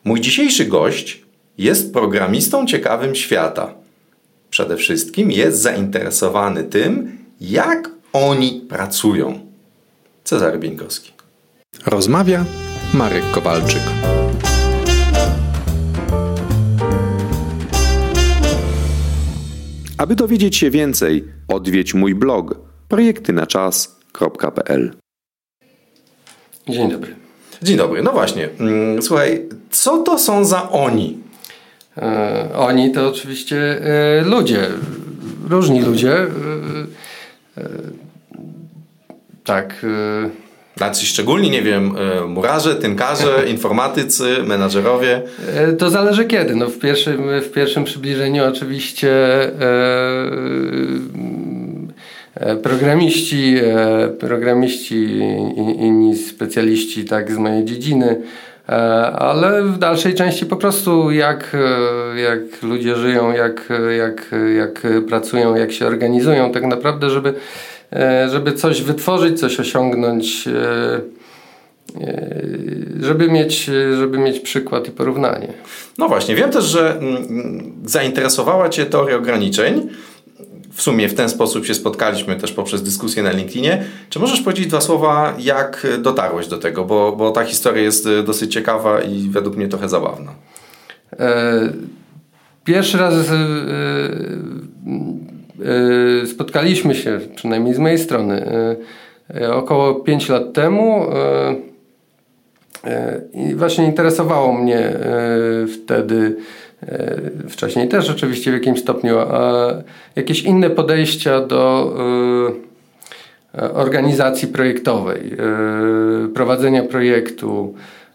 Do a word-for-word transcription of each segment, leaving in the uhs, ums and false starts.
Mój dzisiejszy gość jest programistą ciekawym świata. Przede wszystkim jest zainteresowany tym, jak oni pracują. Cezary Bieńkowski. Rozmawia Marek Kowalczyk. Aby dowiedzieć się więcej, odwiedź mój blog projekty na czas kropka p l. Dzień dobry. Dzień dobry. No właśnie. Słuchaj, co to są za oni? E, oni to oczywiście e, ludzie. Różni ludzie. E, e, tak. E, Tacy szczególni, nie wiem, murarze, tynkarze, informatycy, menadżerowie. To zależy kiedy. No w, pierwszym, w pierwszym przybliżeniu oczywiście e, e, programiści, e, programiści i inni specjaliści tak z mojej dziedziny, e, ale w dalszej części po prostu jak, jak ludzie żyją, jak, jak, jak pracują, jak się organizują tak naprawdę, żeby żeby coś wytworzyć, coś osiągnąć, żeby mieć, żeby mieć przykład i porównanie. No właśnie, wiem też, że zainteresowała Cię teoria ograniczeń. W sumie w ten sposób się spotkaliśmy też poprzez dyskusję na LinkedInie. Czy możesz powiedzieć dwa słowa, jak dotarłeś do tego? Bo, bo ta historia jest dosyć ciekawa i według mnie trochę zabawna. Pierwszy raz spotkaliśmy się, przynajmniej z mojej strony, około pięć lat temu i właśnie interesowało mnie wtedy, wcześniej też oczywiście w jakimś stopniu, jakieś inne podejścia do organizacji projektowej, prowadzenia projektu.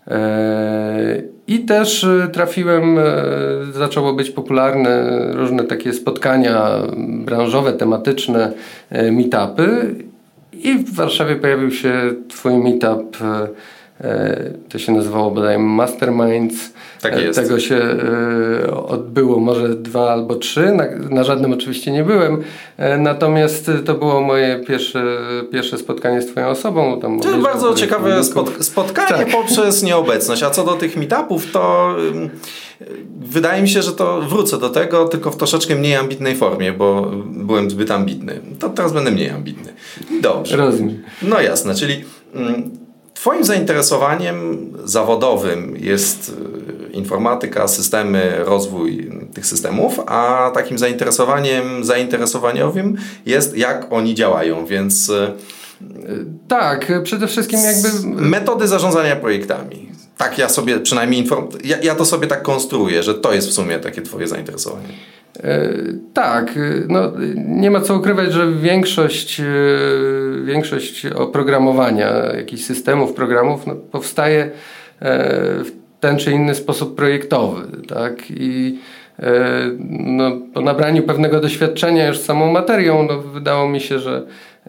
I też trafiłem, zaczęło być popularne różne takie spotkania branżowe, tematyczne, meetupy i w Warszawie pojawił się twój meetup, to się nazywało bodaj Masterminds. Tak jest. Tego się odbyło może dwa albo trzy, na, na żadnym oczywiście nie byłem, natomiast to było moje pierwsze, pierwsze spotkanie z twoją osobą. Tam to jest bardzo ciekawe spot- spotkanie tak. poprzez nieobecność, a co do tych meetupów, to wydaje mi się, że to wrócę do tego, tylko w troszeczkę mniej ambitnej formie, bo byłem zbyt ambitny. To teraz będę mniej ambitny. Dobrze. Rozumiem. No jasne, czyli Twoim zainteresowaniem zawodowym jest informatyka, systemy, rozwój tych systemów, a takim zainteresowaniem zainteresowaniowym jest jak oni działają, więc tak, przede wszystkim jakby metody zarządzania projektami. Tak ja sobie przynajmniej inform... ja, ja to sobie tak konstruuję, że to jest w sumie takie twoje zainteresowanie. Tak, no nie ma co ukrywać, że większość, większość oprogramowania, jakichś systemów, programów no, powstaje w ten czy inny sposób projektowy, tak? I no, po nabraniu pewnego doświadczenia już samą materią, no, wydało mi się, że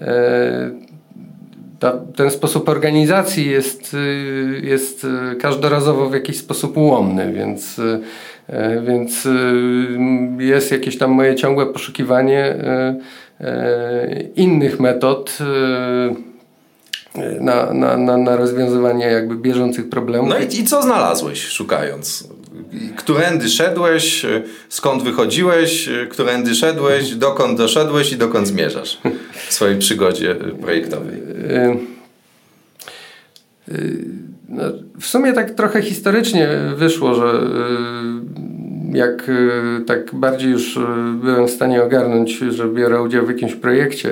ta, ten sposób organizacji jest, jest każdorazowo w jakiś sposób ułomny, więc Więc jest jakieś tam moje ciągłe poszukiwanie innych metod na, na, na, na rozwiązywanie jakby bieżących problemów. No i, i co znalazłeś szukając? Którędy szedłeś, skąd wychodziłeś, którędy szedłeś, dokąd doszedłeś i dokąd zmierzasz w swojej przygodzie projektowej? No, w sumie tak trochę historycznie wyszło, że jak tak bardziej już byłem w stanie ogarnąć, że biorę udział w jakimś projekcie,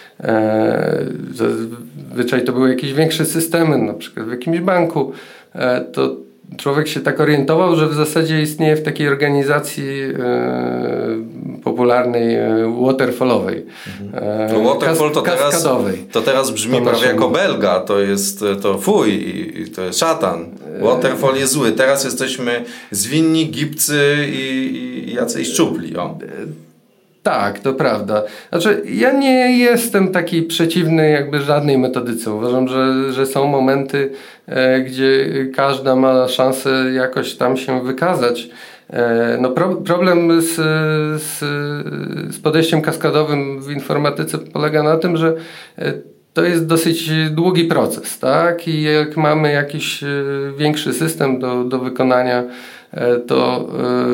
zazwyczaj to były jakieś większe systemy, na przykład w jakimś banku, to człowiek się tak orientował, że w zasadzie istnieje w takiej organizacji e, popularnej e, waterfallowej. E, to waterfall to teraz, to teraz brzmi to prawie jako belga, to jest to fuj i to jest szatan. Waterfall jest zły. Teraz jesteśmy zwinni, gibcy i, i jacyś szczupli. O. Tak, to prawda. Znaczy, ja nie jestem taki przeciwny jakby żadnej metodyce. Uważam, że, że są momenty, e, gdzie każda ma szansę jakoś tam się wykazać. E, no pro, problem z, z, z podejściem kaskadowym w informatyce polega na tym, że e, to jest dosyć długi proces, tak? I jak mamy jakiś większy system do, do wykonania, to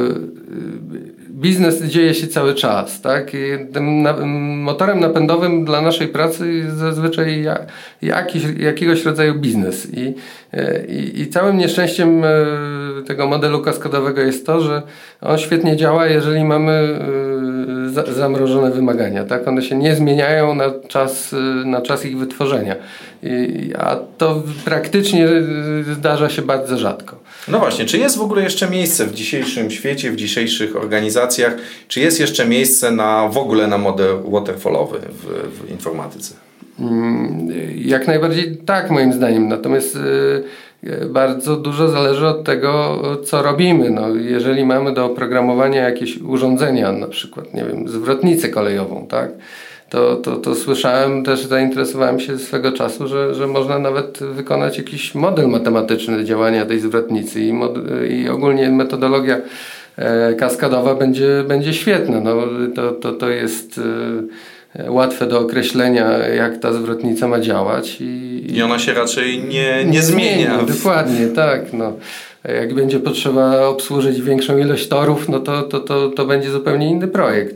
biznes dzieje się cały czas, tak? I tym na, motorem napędowym dla naszej pracy jest zazwyczaj ja, jakiś, jakiegoś rodzaju biznes. I, i, I całym nieszczęściem tego modelu kaskadowego jest to, że on świetnie działa, jeżeli mamy za, zamrożone wymagania, tak? One się nie zmieniają na czas, na czas ich wytworzenia. I, a to praktycznie zdarza się bardzo rzadko. No właśnie, czy jest w ogóle jeszcze miejsce w dzisiejszym świecie, w dzisiejszych organizacjach, czy jest jeszcze miejsce na w ogóle na model waterfallowy w, w informatyce? Jak najbardziej tak, moim zdaniem. Natomiast y, bardzo dużo zależy od tego, co robimy. No, jeżeli mamy do oprogramowania jakieś urządzenia, na przykład, nie wiem, zwrotnicę kolejową, tak? To, to, to słyszałem, też zainteresowałem się swego czasu, że, że można nawet wykonać jakiś model matematyczny działania tej zwrotnicy i, mod, i ogólnie metodologia e, kaskadowa będzie, będzie świetna. No, to, to, to jest e, łatwe do określenia, jak ta zwrotnica ma działać. I, I ona się raczej nie, nie, nie zmienia. zmienia. Dokładnie, tak. No. Jak będzie potrzeba obsłużyć większą ilość torów, no to, to, to, to będzie zupełnie inny projekt.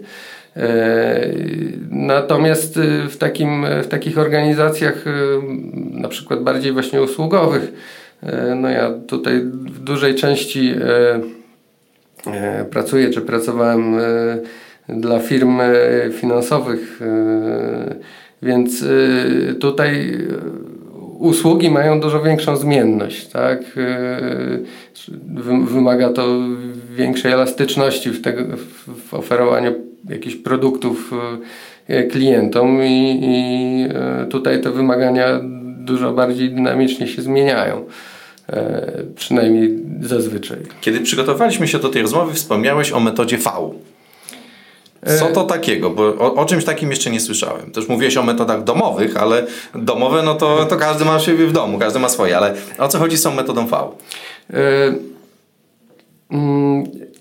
Natomiast w, takim, w takich organizacjach na przykład bardziej właśnie usługowych, no ja tutaj w dużej części pracuję, czy pracowałem dla firm finansowych, więc tutaj usługi mają dużo większą zmienność, tak? Wymaga to większej elastyczności w, tego, w oferowaniu jakichś produktów klientom i, i tutaj te wymagania dużo bardziej dynamicznie się zmieniają. Przynajmniej zazwyczaj. Kiedy przygotowaliśmy się do tej rozmowy, wspomniałeś o metodzie V. Co to takiego? Bo o, o czymś takim jeszcze nie słyszałem. Też mówiłeś o metodach domowych, ale domowe no to, to każdy ma siebie w domu, każdy ma swoje, ale o co chodzi z tą metodą V? Y- mm,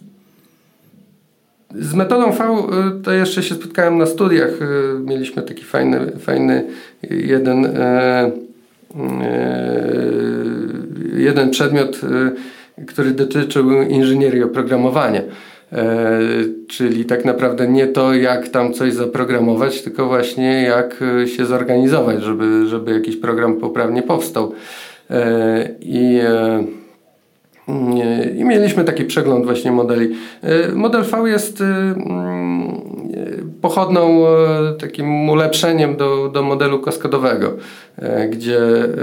z metodą V to jeszcze się spotkałem na studiach. Mieliśmy taki fajny, fajny jeden, e, e, jeden przedmiot, e, który dotyczył inżynierii oprogramowania. E, czyli tak naprawdę nie to, jak tam coś zaprogramować, tylko właśnie jak się zorganizować, żeby, żeby jakiś program poprawnie powstał. E, I e, I mieliśmy taki przegląd właśnie modeli. Model V jest pochodną, takim ulepszeniem do, do modelu kaskadowego, gdzie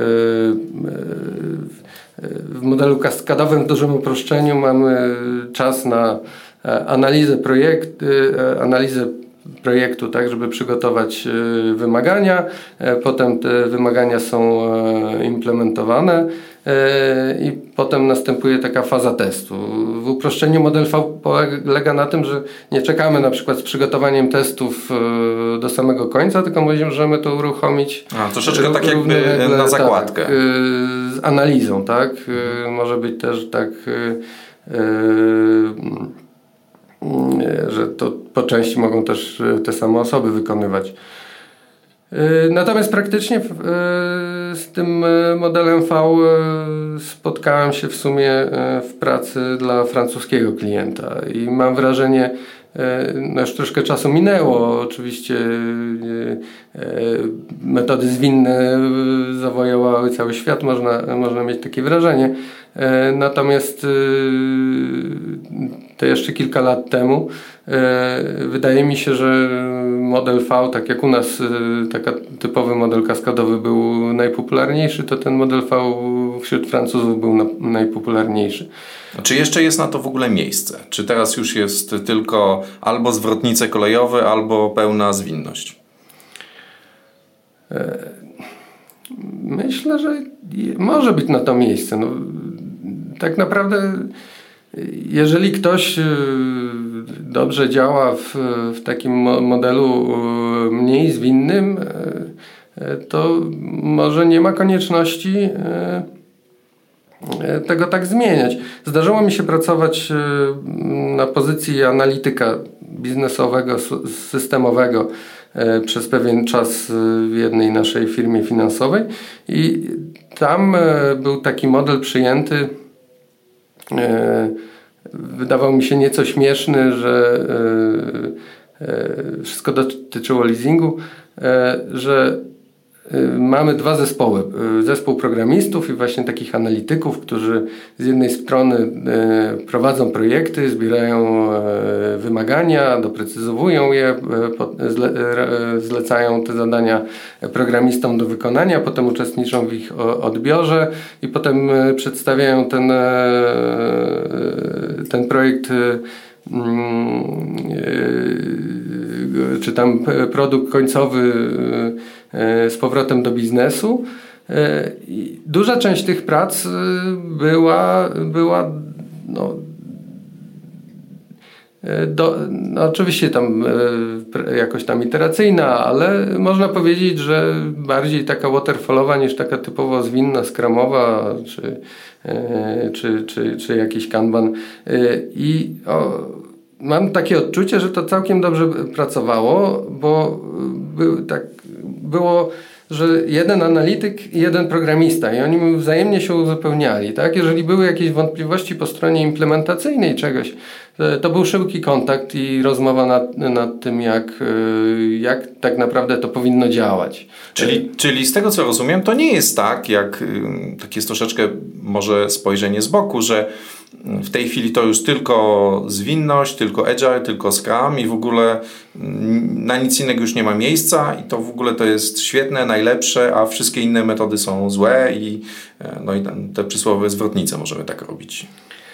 w modelu kaskadowym w dużym uproszczeniu mamy czas na analizę projektu, analizę projektu, tak, żeby przygotować wymagania. Potem te wymagania są implementowane i potem następuje taka faza testu. W uproszczeniu model V polega na tym, że nie czekamy na przykład z przygotowaniem testów do samego końca, tylko możemy to uruchomić. A, troszeczkę tak jakby na zakładkę. Tak, z analizą, tak. Może być też tak, że to po części mogą też te same osoby wykonywać. Natomiast praktycznie z tym modelem V spotkałem się w sumie w pracy dla francuskiego klienta i mam wrażenie, no już troszkę czasu minęło, oczywiście metody zwinne zawojowały cały świat, można, można mieć takie wrażenie. Natomiast to jeszcze kilka lat temu wydaje mi się, że model V, tak jak u nas taki typowy model kaskadowy był najpopularniejszy, to ten model V wśród Francuzów był na, najpopularniejszy. Czy jeszcze jest na to w ogóle miejsce? Czy teraz już jest tylko albo zwrotnice kolejowe, albo pełna zwinność? Myślę, że może być na to miejsce. No, tak naprawdę jeżeli ktoś dobrze działa w, w takim modelu mniej zwinnym, to może nie ma konieczności tego tak zmieniać. Zdarzyło mi się pracować na pozycji analityka biznesowego, systemowego przez pewien czas w jednej naszej firmie finansowej i tam był taki model przyjęty, wydawał mi się nieco śmieszny, że wszystko dotyczyło leasingu, że mamy dwa zespoły. Zespół programistów i właśnie takich analityków, którzy z jednej strony prowadzą projekty, zbierają wymagania, doprecyzowują je, zlecają te zadania programistom do wykonania, potem uczestniczą w ich odbiorze i potem przedstawiają ten, ten projekt czy tam produkt końcowy z powrotem do biznesu. I duża część tych prac była, była no, do, no oczywiście tam jakoś tam iteracyjna, ale można powiedzieć, że bardziej taka waterfallowa niż taka typowo zwinna, scrumowa czy, czy, czy, czy jakiś kanban. I o, mam takie odczucie, że to całkiem dobrze pracowało, bo był, tak, było, że jeden analityk i jeden programista i oni wzajemnie się uzupełniali. Tak? Jeżeli były jakieś wątpliwości po stronie implementacyjnej czegoś, to był szybki kontakt i rozmowa nad, nad tym, jak, jak tak naprawdę to powinno działać. Czyli, czyli z tego, co rozumiem, to nie jest tak, jak tak jest troszeczkę może spojrzenie z boku, że w tej chwili to już tylko zwinność, tylko agile, tylko scrum i w ogóle na nic innego już nie ma miejsca i to w ogóle to jest świetne, najlepsze, a wszystkie inne metody są złe i, no i te przysłowie zwrotnice możemy tak robić.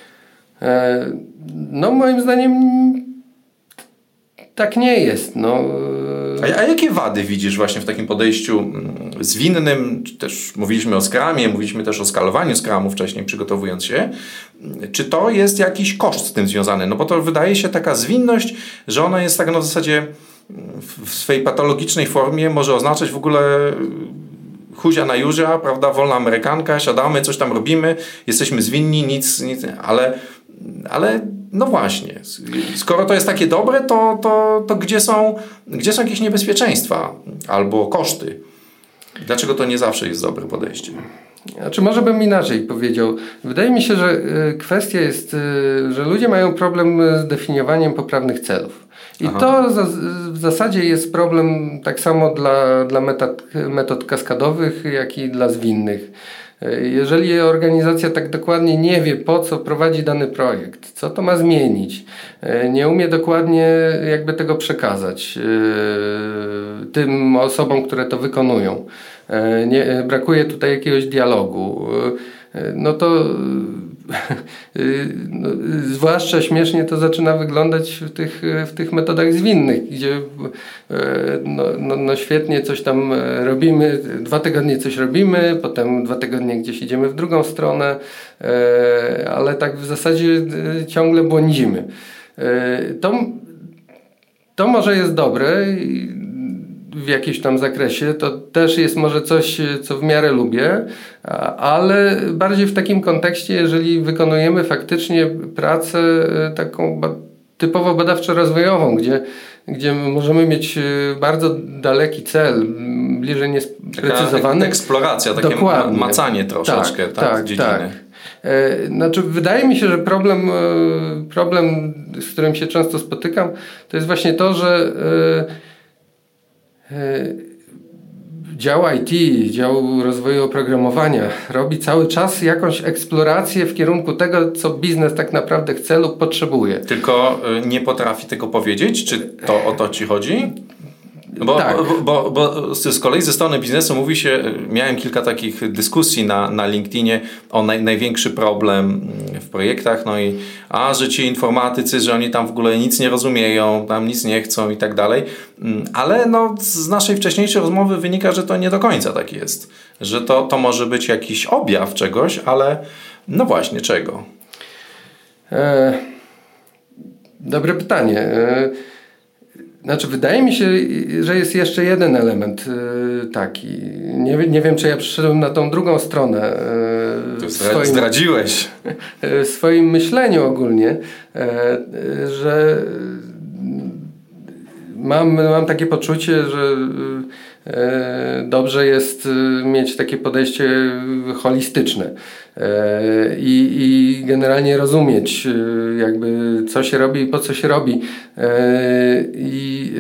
No moim zdaniem tak nie jest. No. A, a jakie wady widzisz właśnie w takim podejściu zwinnym? Też mówiliśmy o Scrumie, mówiliśmy też o skalowaniu Scrumu wcześniej, przygotowując się. Czy to jest jakiś koszt z tym związany? No bo to wydaje się taka zwinność, że ona jest tak na zasadzie w swojej patologicznej formie może oznaczać w ogóle huzia na juzia, prawda, wolna amerykanka, siadamy, coś tam robimy, jesteśmy zwinni, nic, nic ale, ale no właśnie, skoro to jest takie dobre, to, to, to gdzie są, gdzie są jakieś niebezpieczeństwa albo koszty? Dlaczego to nie zawsze jest dobre podejście? Znaczy, może bym inaczej powiedział. Wydaje mi się, że kwestia jest, że ludzie mają problem z definiowaniem poprawnych celów. I Aha. to w zasadzie jest problem tak samo dla, dla metod, metod kaskadowych, jak i dla zwinnych. Jeżeli organizacja tak dokładnie nie wie, po co prowadzi dany projekt, co to ma zmienić, nie umie dokładnie jakby tego przekazać tym osobom, które to wykonują, nie, brakuje tutaj jakiegoś dialogu, no to no, zwłaszcza śmiesznie to zaczyna wyglądać w tych, w tych metodach zwinnych, gdzie no, no, no świetnie coś tam robimy, dwa tygodnie coś robimy, potem dwa tygodnie gdzieś idziemy w drugą stronę, ale tak w zasadzie ciągle błądzimy. To, to może jest dobre w jakimś tam zakresie, to też jest może coś, co w miarę lubię, ale bardziej w takim kontekście, jeżeli wykonujemy faktycznie pracę taką typowo badawczo-rozwojową, gdzie, gdzie możemy mieć bardzo daleki cel, bliżej niesprecyzowany. Taka eksploracja, takie Dokładnie. macanie troszeczkę tak, tak, tak, dziedziny. Tak. Znaczy, wydaje mi się, że problem, problem, z którym się często spotykam, to jest właśnie to, że dział I T, dział rozwoju oprogramowania robi cały czas jakąś eksplorację w kierunku tego, co biznes tak naprawdę chce lub potrzebuje. Tylko nie potrafi tego powiedzieć? Czy to o to ci chodzi? Bo, tak. bo, bo, bo z kolei ze strony biznesu mówi się, miałem kilka takich dyskusji na, na LinkedInie o naj, największy problem w projektach, no i a, że ci informatycy, że oni tam w ogóle nic nie rozumieją, tam nic nie chcą i tak dalej, ale no z naszej wcześniejszej rozmowy wynika, że to nie do końca tak jest, że to, to może być jakiś objaw czegoś, ale no właśnie czego? E, dobre pytanie. E, Znaczy, wydaje mi się, że jest jeszcze jeden element yy, taki. Nie, nie wiem, czy ja przyszedłem na tą drugą stronę. Yy, swoim, zdradziłeś. W swoim myśleniu ogólnie, yy, że mam, mam takie poczucie, że dobrze jest mieć takie podejście holistyczne i, i generalnie rozumieć jakby co się robi i po co się robi. I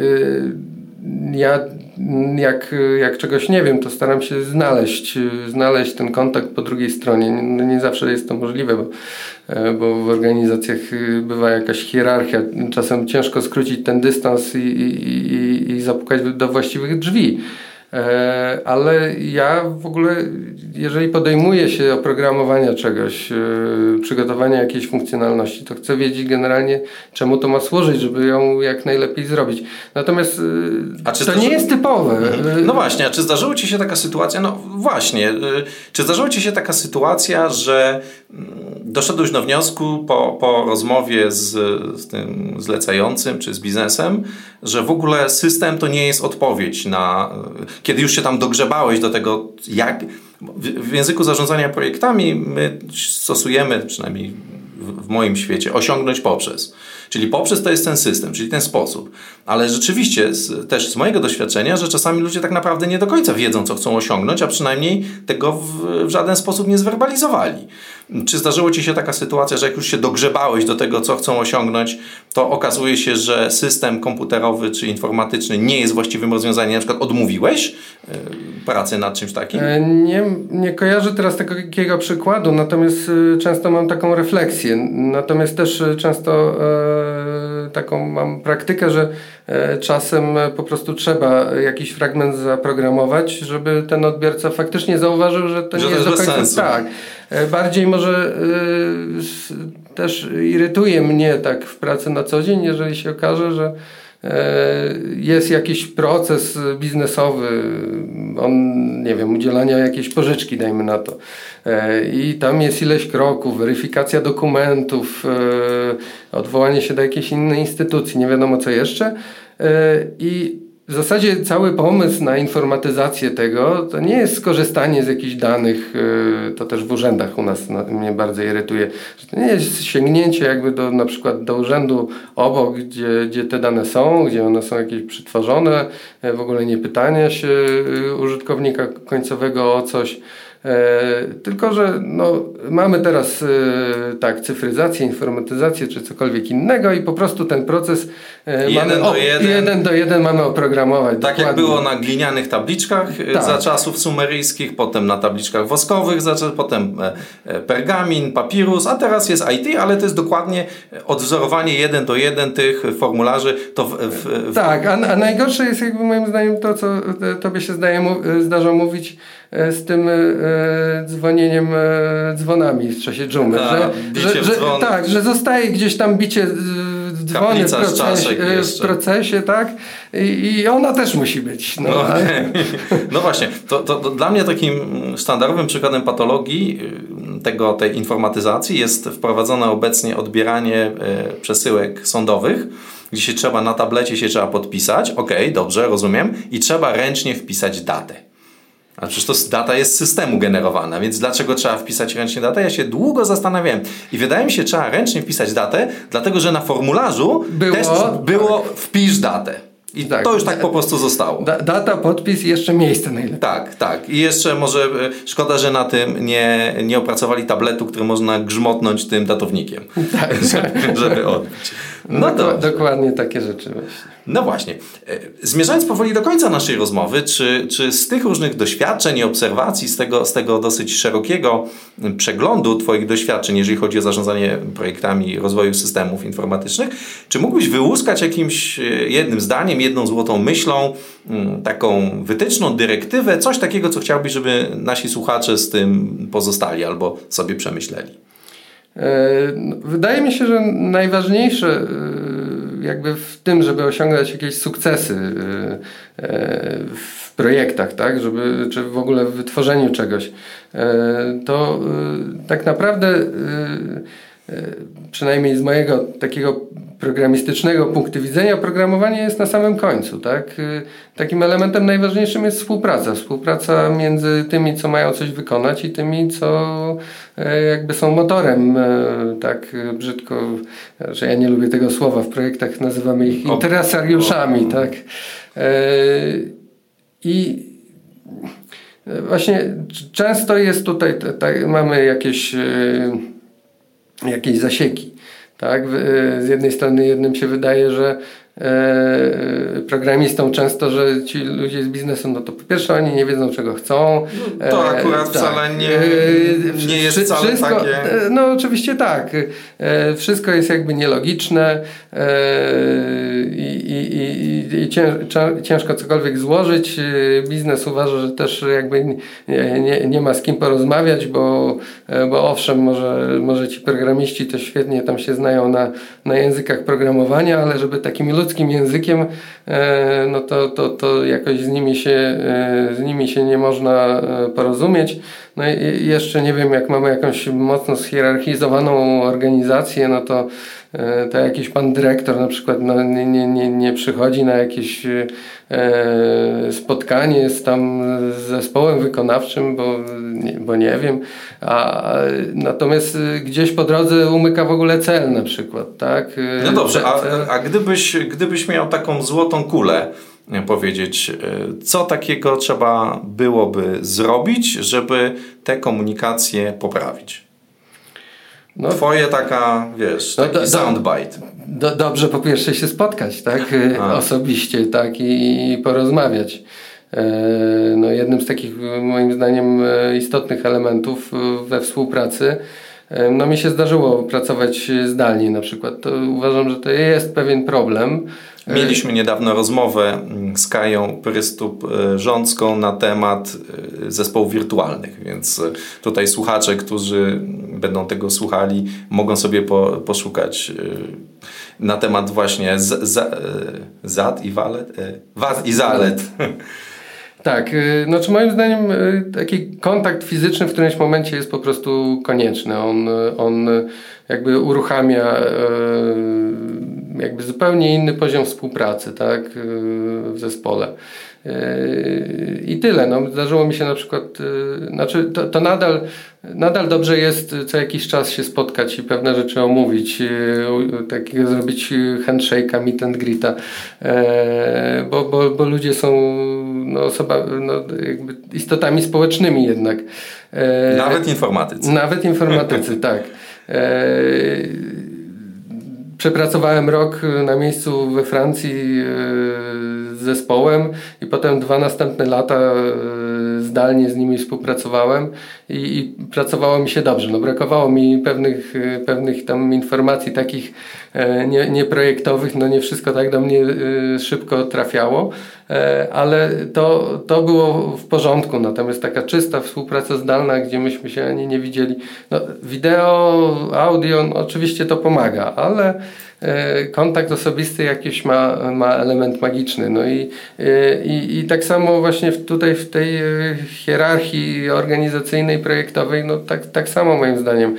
ja jak, jak czegoś nie wiem, to staram się znaleźć, znaleźć ten kontakt po drugiej stronie. Nie, nie zawsze jest to możliwe, bo, bo w organizacjach bywa jakaś hierarchia. Czasem ciężko skrócić ten dystans i, i, i, i zapukać do właściwych drzwi. Ale ja w ogóle, jeżeli podejmuję się oprogramowania czegoś, przygotowania jakiejś funkcjonalności, to chcę wiedzieć generalnie, czemu to ma służyć, żeby ją jak najlepiej zrobić. Natomiast a czy to zdarzy... nie jest typowe. No właśnie, a czy zdarzyła Ci się taka sytuacja, no właśnie, czy zdarzyła Ci się taka sytuacja, że doszedłeś do wniosku po, po rozmowie z, z tym zlecającym czy z biznesem, że w ogóle system to nie jest odpowiedź na... Kiedy już się tam dogrzebałeś do tego, jak... W, w języku zarządzania projektami my stosujemy, przynajmniej w, w moim świecie, osiągnąć poprzez. Czyli poprzez to jest ten system, czyli ten sposób. Ale rzeczywiście z, też z mojego doświadczenia, że czasami ludzie tak naprawdę nie do końca wiedzą, co chcą osiągnąć, a przynajmniej tego w, w żaden sposób nie zwerbalizowali. Czy zdarzyło Ci się taka sytuacja, że jak już się dogrzebałeś do tego, co chcą osiągnąć, to okazuje się, że system komputerowy czy informatyczny nie jest właściwym rozwiązaniem, na przykład odmówiłeś yy, pracy nad czymś takim? Nie, nie kojarzę teraz takiego przykładu, natomiast y, często mam taką refleksję. Natomiast też y, często y, taką mam praktykę, że y, czasem po prostu trzeba jakiś fragment zaprogramować, żeby ten odbiorca faktycznie zauważył, że to że nie to jest do końca sensu. tak. Bardziej może y, też irytuje mnie tak w pracy na co dzień, jeżeli się okaże, że y, jest jakiś proces biznesowy, on, nie wiem, udzielania jakiejś pożyczki, dajmy na to. Y, I tam jest ileś kroków, weryfikacja dokumentów, y, odwołanie się do jakiejś innej instytucji, nie wiadomo co jeszcze. Y, I w zasadzie cały pomysł na informatyzację tego to nie jest skorzystanie z jakichś danych, to też w urzędach u nas mnie bardzo irytuje, że to nie jest sięgnięcie jakby do na przykład do urzędu obok, gdzie, gdzie te dane są, gdzie one są jakieś przetworzone, w ogóle nie pytania się użytkownika końcowego o coś. E, tylko, że no, mamy teraz e, tak, cyfryzację, informatyzację czy cokolwiek innego i po prostu ten proces e, jeden, mamy, do o, jeden. jeden do jeden mamy oprogramować. Tak dokładnie. Jak było na glinianych tabliczkach tak. za czasów sumeryjskich, potem na tabliczkach woskowych, za, potem e, pergamin, papirus, a teraz jest I T, ale to jest dokładnie odwzorowanie jeden do jeden tych formularzy. To w, w, w... Tak, a, a najgorsze jest jakby moim zdaniem to, co tobie się zdaje, zdarza mówić z tym e, dzwonieniem e, dzwonami w czasie dżumy. Ta, że, że, że, tak, że zostaje gdzieś tam bicie dzwony w procesie, w procesie, tak? I, I ona też musi być. No, no, ale... no właśnie, to, to, to dla mnie takim sztandarowym przykładem patologii tego, tej informatyzacji jest wprowadzone obecnie odbieranie e, przesyłek sądowych, gdzie się trzeba na tablecie się trzeba podpisać, okej, okay, dobrze, rozumiem, i trzeba ręcznie wpisać datę. A przecież to data jest z systemu generowana, więc dlaczego trzeba wpisać ręcznie datę? Ja się długo zastanawiałem. I wydaje mi się, że trzeba ręcznie wpisać datę, dlatego że na formularzu było, też było tak. Wpisz datę. I tak, to już tak po prostu zostało. Da, data, podpis i jeszcze miejsce najlepiej. Tak, tak. I jeszcze może szkoda, że na tym nie, nie opracowali tabletu, który można grzmotnąć tym datownikiem. Tak. żeby odbić. No to dokładnie takie rzeczy właśnie. No właśnie. Zmierzając powoli do końca naszej rozmowy, czy, czy z tych różnych doświadczeń i obserwacji, z tego, z tego dosyć szerokiego przeglądu Twoich doświadczeń, jeżeli chodzi o zarządzanie projektami rozwoju systemów informatycznych, czy mógłbyś wyłuskać jakimś jednym zdaniem, jedną złotą myślą, taką wytyczną, dyrektywę, coś takiego, co chciałbyś, żeby nasi słuchacze z tym pozostali albo sobie przemyśleli? Wydaje mi się, że najważniejsze jakby w tym, żeby osiągać jakieś sukcesy w projektach, tak, żeby, czy w ogóle w wytworzeniu czegoś, to tak naprawdę przynajmniej z mojego takiego programistycznego punktu widzenia, programowanie jest na samym końcu, tak? Takim elementem najważniejszym jest współpraca. Współpraca między tymi, co mają coś wykonać i tymi, co jakby są motorem, tak brzydko, że ja nie lubię tego słowa, w projektach nazywamy ich interesariuszami, tak? I właśnie często jest tutaj, tak, mamy jakieś, jakieś zasieki. Tak? Z jednej strony jednym się wydaje, że e, programistom często, że ci ludzie z biznesu, no to po pierwsze oni nie wiedzą czego chcą. No, to akurat e, wcale tak. nie, nie jest wcale wszystko, takie... No oczywiście tak. E, wszystko jest jakby nielogiczne e, i, i, i, i ciężko cokolwiek złożyć. Biznes uważa, że też jakby nie, nie, nie ma z kim porozmawiać, bo, bo owszem, może, może ci programiści to świetnie tam się znają na, na językach programowania, ale żeby takim ludzkim językiem, no to, to, to jakoś z nimi się, z nimi się nie można porozumieć. No i jeszcze nie wiem, jak mamy jakąś mocno schierarchizowaną organizację, no to, to jakiś pan dyrektor na przykład no, nie, nie, nie przychodzi na jakieś e, spotkanie z tam z zespołem wykonawczym, bo nie, bo nie wiem, a natomiast gdzieś po drodze umyka w ogóle cel na przykład, tak? No dobrze, a, a gdybyś, gdybyś miał taką złotą kulę powiedzieć, co takiego trzeba byłoby zrobić, żeby te komunikacje poprawić? No, Twoje taka, wiesz, taki no do, soundbite. Do, dobrze po pierwsze się spotkać, tak? Osobiście, tak? I, i porozmawiać. No, jednym z takich moim zdaniem istotnych elementów we współpracy, no mi się zdarzyło pracować zdalnie na przykład. To uważam, że to jest pewien problem. Mieliśmy niedawno rozmowę z Kają Prystup-Rzącką na temat zespołów wirtualnych, więc tutaj słuchacze, którzy będą tego słuchali, mogą sobie po, poszukać na temat właśnie z, z, zad i walet, wad i zalet. Tak, znaczy moim zdaniem taki kontakt fizyczny w którymś momencie jest po prostu konieczny. On, on jakby uruchamia jakby zupełnie inny poziom współpracy, tak, w zespole. I tyle. No, zdarzyło mi się na przykład, znaczy to, to nadal, nadal dobrze jest co jakiś czas się spotkać i pewne rzeczy omówić, takiego zrobić handshake'a, meet and greeta, bo, bo, bo ludzie są no, osoba, no, jakby istotami społecznymi jednak. Nawet informatycy. Nawet informatycy, tak. Przepracowałem rok na miejscu we Francji z zespołem i potem dwa następne lata zdalnie z nimi współpracowałem i, i pracowało mi się dobrze. No, brakowało mi pewnych, pewnych tam informacji takich nie, nieprojektowych, no nie wszystko tak do mnie szybko trafiało, ale to, to było w porządku. Natomiast taka czysta współpraca zdalna, gdzie myśmy się ani nie widzieli, no, wideo, audio, no, oczywiście to pomaga, ale kontakt osobisty jakiś ma, ma element magiczny. No i, i, i tak samo właśnie tutaj w tej hierarchii organizacyjnej, projektowej, no tak, tak samo moim zdaniem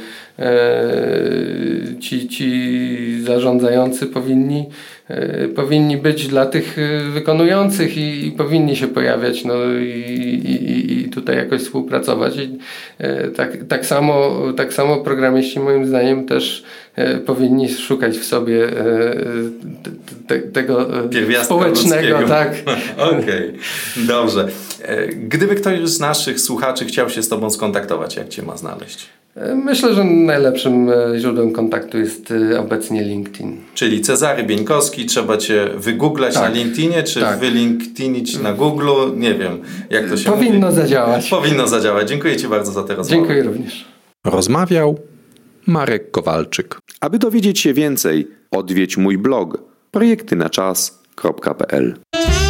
ci, ci zarządzający powinni, powinni być dla tych wykonujących i, i powinni się pojawiać no i, i, i tutaj jakoś współpracować. I tak, tak, samo, tak samo programiści moim zdaniem też powinni szukać w sobie te, tego społecznego. Tak. Okej, okay. Dobrze. Gdyby ktoś z naszych słuchaczy chciał się z Tobą skontaktować, jak Cię ma znaleźć? Myślę, że najlepszym źródłem kontaktu jest obecnie LinkedIn. Czyli Cezary Bieńkowski, trzeba Cię wygooglać tak, na LinkedInie, czy tak. wylinktinić na Google'u, nie wiem jak to się Powinno mówi. zadziałać. Powinno zadziałać. Dziękuję Ci bardzo za tę rozmowę. Dziękuję również. Rozmawiał Marek Kowalczyk. Aby dowiedzieć się więcej, odwiedź mój blog projekty na czas kropka p l.